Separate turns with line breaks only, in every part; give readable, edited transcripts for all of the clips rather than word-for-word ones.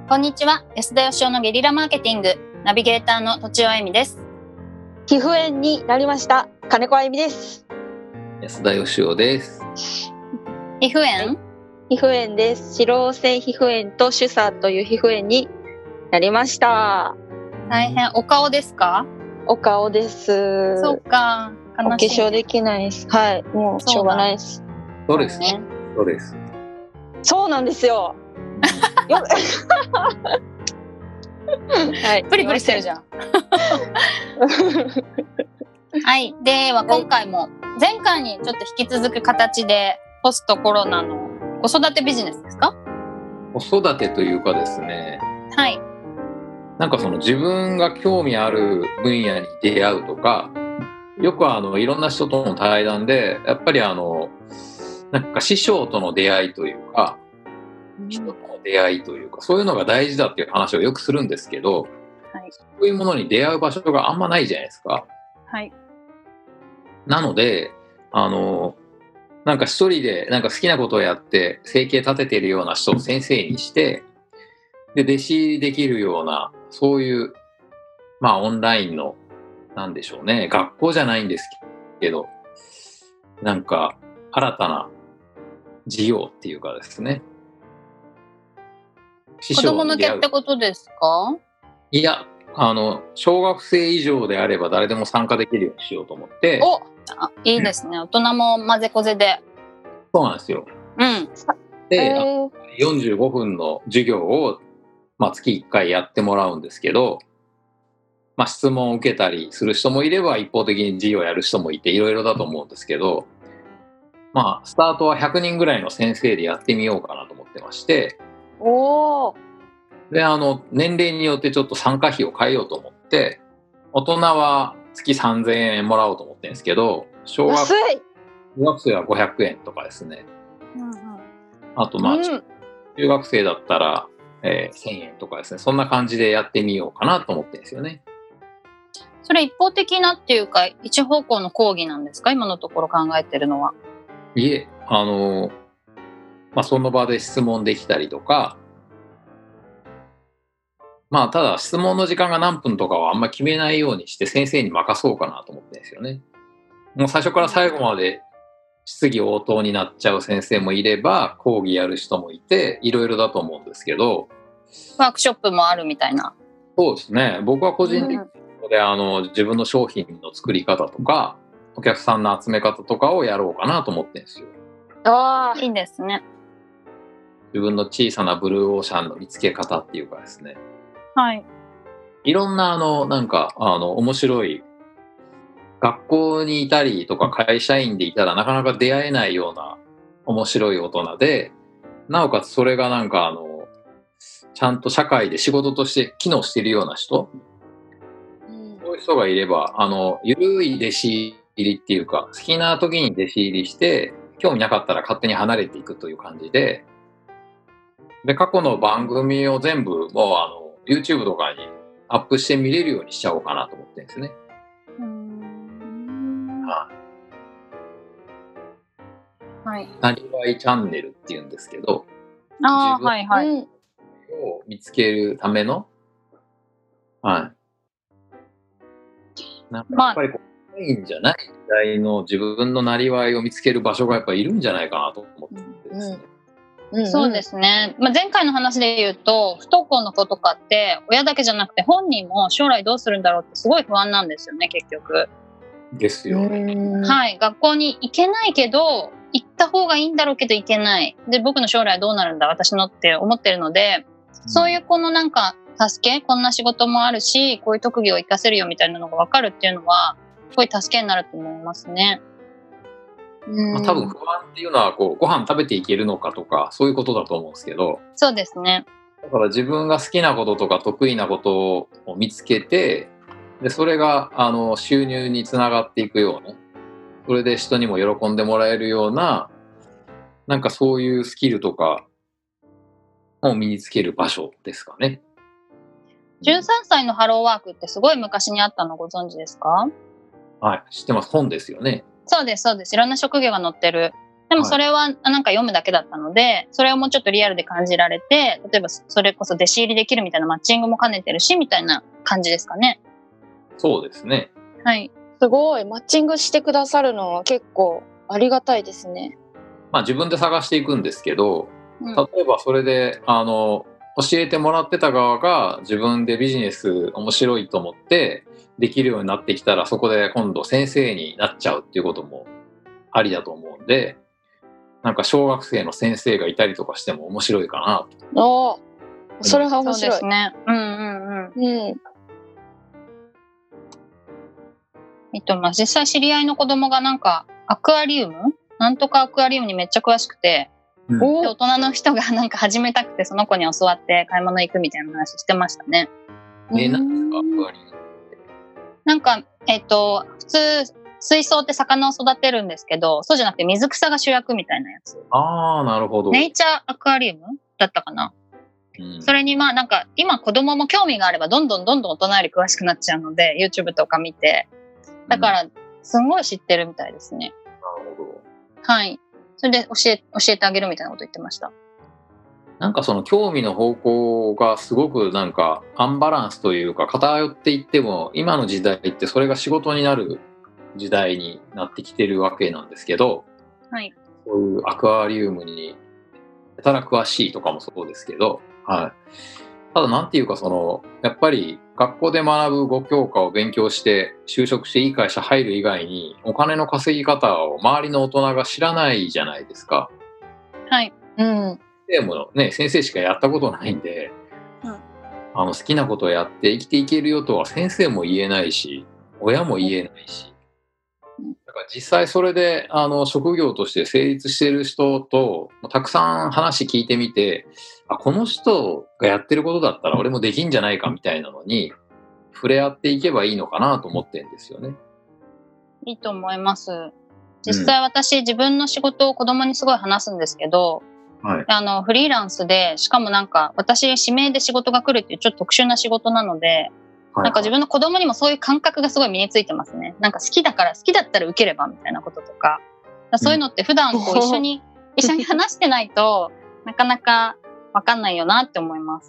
こんにちは。安田義生のゲリラマーケティングナビゲーターのとちおえみです。
皮膚炎になりました金子あゆみです。
安田義生です。
皮膚炎？
皮膚炎です。脂漏性皮膚炎と主査という皮膚炎になりました。
大変。お顔ですか？
お顔です。
そうか。悲しい。
お化粧できないです。はい、もうしょうがないです。
そうですね。そうです。
そうなんですよ。はい、
プリプリしてるじゃん。はい。では今回も前回にちょっと引き続く形でポストコロナの子育てビジネスですか？
子育てというかですね。
はい。
なんかその自分が興味ある分野に出会うとか、よくいろんな人との対談でやっぱりなんか師匠との出会いというか、人との出会いというか、そういうのが大事だっていう話をよくするんですけど、はい、そういうものに出会う場所があんまないじゃないですか。
はい。
なのでなんか一人でなんか好きなことをやって生計立てているような人を先生にして、で弟子入りできるようなそういうオンラインのなんでしょうね、学校じゃないんですけど、なんか新たな事業っていうかですね。
子供向けってことですか？
いや、小学生以上であれば誰でも参加できるようにしようと思って。
いいですね。大人も混ぜこぜで。
そうなんですよ。
うん。
で、45分の授業を、月1回やってもらうんですけど、質問を受けたりする人もいれば一方的に授業をやる人もいて、いろいろだと思うんですけど、スタートは100人ぐらいの先生でやってみようかなと思ってまして。で、年齢によってちょっと参加費を変えようと思って、大人は月3000円もらおうと思ってるんですけど、小学生は500円とかですね。あと中学生だったら、1000円とかですね。そんな感じでやってみようかなと思ってるんですよね。
それ一方的なっていうか、一方向の講義なんですか？今のところ考えてるのは。
いえ、その場で質問できたりとか、ただ質問の時間が何分とかはあんま決めないようにして先生に任そうかなと思ってるんですよね。もう最初から最後まで質疑応答になっちゃう先生もいれば、講義やる人もいて、いろいろだと思うんですけど。
ワークショップもあるみたいな。
そうですね。僕は個人的に自分の商品の作り方とか、お客さんの集め方とかをやろうかなと思ってるんですよ。
いいですね。
自分の小さなブルーオーシャンの見つけ方っていうかですね。
はい。
いろんななんか面白い、学校にいたりとか会社員でいたらなかなか出会えないような面白い大人で、なおかつそれがなんかちゃんと社会で仕事として機能しているような人、そういう人がいればゆるい弟子入りっていうか、好きな時に弟子入りして興味なかったら勝手に離れていくという感じで、過去の番組を全部もうYouTube とかにアップして見れるようにしちゃおうかなと思ってるんですね。
はい。
なりわいチャンネルっていうんですけど、
自分
を見つけるための、やっぱりいいんじゃない時代の自分のなりわいを見つける場所がやっぱいるんじゃないかなと思ってですね。
そうですね。前回の話で言うと、不登校の子とかって親だけじゃなくて本人も将来どうするんだろうってすごい不安なんですよね、結局。
ですよね。
はい、学校に行けないけど行った方がいいんだろうけど行けない。で、僕の将来どうなるんだ私のって思ってるので、そういうこのなんか助け、こんな仕事もあるし、こういう特技を活かせるよみたいなのが分かるっていうのはすごい助けになると思いますね。
多分不安っていうのはご飯食べていけるのかとかそういうことだと思うんですけど。
そうですね。
だから自分が好きなこととか得意なことを見つけて、でそれが収入につながっていくような、それで人にも喜んでもらえるような、なんかそういうスキルとかを身につける場所ですかね。
13歳のハローワークってすごい昔にあったのご存知ですか？
はい、知ってます。本ですよね。
そうですそうです。いろんな職業が載ってるでもそれはなんか読むだけだったので、それをもうちょっとリアルで感じられて、例えばそれこそ弟子入りできるみたいなマッチングも兼ねてるし、みたいな感じですかね。
そうですね。
はい。
すごい。マッチングしてくださるのは結構ありがたいですね。
まあ自分で探していくんですけど、
うん、
例えばそれで教えてもらってた側が自分でビジネス面白いと思ってできるようになってきたら、そこで今度先生になっちゃうっていうこともありだと思うんで、なんか小学生の先生がいたりとかしても面白いかなと。
ああ、それは面白い。
そうですね。うんうんうん。
うん。
いいと思います。実際知り合いの子供がなんかアクアリウムなんとかアクアリウムにめっちゃ詳しくて、
うん、
で大人の人がなんか始めたくてその子に教わって買い物行くみたいな話してましたね。
何ですか、アクアリウム。
なんか普通水槽って魚を育てるんですけど、そうじゃなくて水草が主役みたいなやつ。
ああ、なるほど。
ネイチャーアクアリウムだったかな。
うん、
それにまあなんか今子供も興味があればどんどん大人より詳しくなっちゃうので YouTube とか見て、だからすんごい知ってるみたいですね。
なるほど。
はい。それで教えてあげるみたいなこと言ってました。
なんかその興味の方向がすごくなんかアンバランスというか偏っていっても、今の時代ってそれが仕事になる時代になってきてるわけなんですけど、
はい。
そういうアクアリウムにやたら詳しいとかもそうですけど、はい。ただなんていうかやっぱり学校で学ぶ5教科を勉強して就職していい会社入る以外にお金の稼ぎ方を周りの大人が知らないじゃないですか。
はい。
うん。
でもね、先生しかやったことないんで、好きなことをやって生きていけるよとは先生も言えないし、親も言えないし、だから実際それで職業として成立している人とたくさん話聞いてみて、この人がやってることだったら俺もできんじゃないかみたいなのに触れ合っていけばいいのかなと思ってるんですよね。
いいと思います。実際私、自分の仕事を子供にすごい話すんですけど、
はい、
フリーランスで、しかもなんか私指名で仕事が来るっていうちょっと特殊な仕事なので、なんか自分の子供にもそういう感覚がすごい身についてますね。なんか好きだったら受ければみたいなこととか、そういうのって普段こう一緒に話してないとなかなかわかんないよなって思います。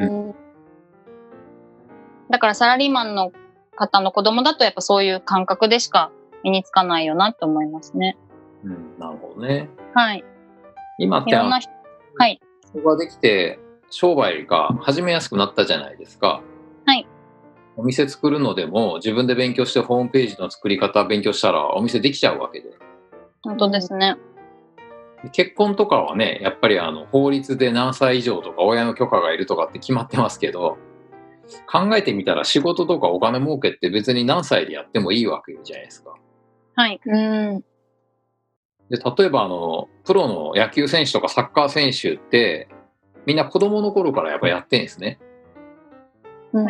だからサラリーマンの方の子供だとやっぱそういう感覚でしか身につかないよなって思いますね。
なるほどね。
はい。
今って
いろんな人、はい。
人ができて商売が始めやすくなったじゃないですか。
はい。
お店作るのでも自分で勉強してホームページの作り方勉強したらお店できちゃうわけで。
本当ですね。
結婚とかはね、やっぱり法律で何歳以上とか親の許可がいるとかって決まってますけど、考えてみたら仕事とかお金儲けって別に何歳でやってもいいわけじゃないですか。
はい。
で例えばプロの野球選手とかサッカー選手ってみんな子供の頃からやっぱやってんですね。
はい。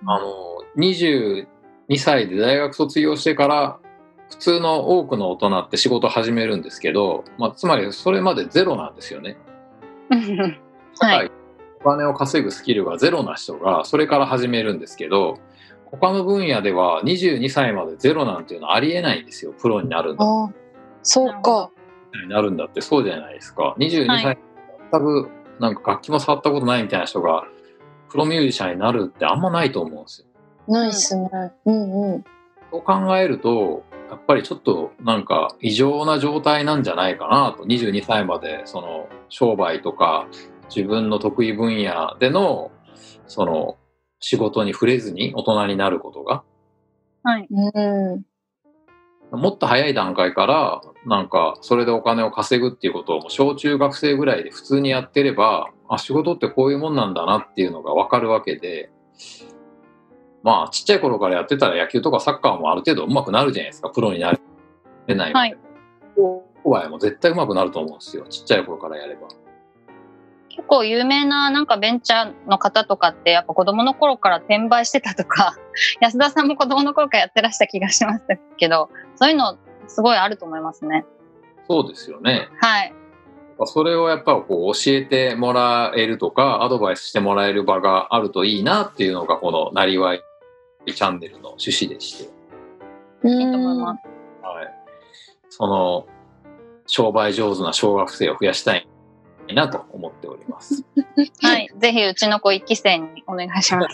22歳で大学卒業してから普通の多くの大人って仕事を始めるんですけど、つまりそれまでゼロなんですよね。
はい。
お金を稼ぐスキルがゼロな人がそれから始めるんですけど、他の分野では22歳までゼロなんていうのはありえないんですよ。プロになるんだ。
そうか。
になるんだってそうじゃないですか。22歳全くなんか楽器も触ったことないみたいな人がプロミュージシャンになるってあんまないと思うんですよ。
ないっすね。
そう考えるとやっぱりちょっとなんか異常な状態なんじゃないかなと。22歳までその商売とか自分の得意分野でのその仕事に触れずに大人になることが、
はい。
もっと早い段階からなんかそれでお金を稼ぐっていうことをもう小中学生ぐらいで普通にやってれば、仕事ってこういうもんなんだなっていうのが分かるわけで、ちっちゃい頃からやってたら野球とかサッカーもある程度上手くなるじゃないですか。プロになれないので、
はい。
商売も絶対上手くなると思うんですよ。ちっちゃい頃からやれば。
結構有名ななんかベンチャーの方とかってやっぱ子供の頃から転売してたとか安田さんも子供の頃からやってらした気がしましたけど、そういうのすごいあると思いますね。
そうですよね。
はい。
それをやっぱこう教えてもらえるとかアドバイスしてもらえる場があるといいなっていうのがこのなりわいチャンネルの趣旨でして、
いいと思います。
はい、その商売上手な小学生を増やしたいなと思っております。
はい、ぜひうちの子1期生にお願いします。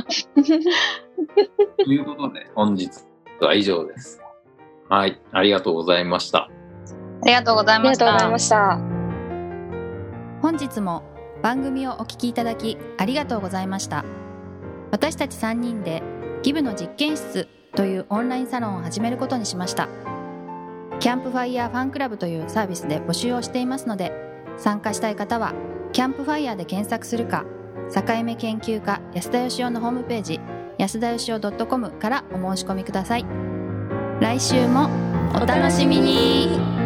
ということで本日は以上です。はい、ありがとうございました。
ありがとうございました。
ありがとうございました。
本日も番組をお聞きいただきありがとうございました。私たち3人でギブの実験室というオンラインサロンを始めることにしました。キャンプファイヤーファンクラブというサービスで募集をしていますので、参加したい方はキャンプファイヤーで検索するか、境目研究家安田義雄のホームページ安田義雄 .com からお申し込みください。来週もお楽しみに。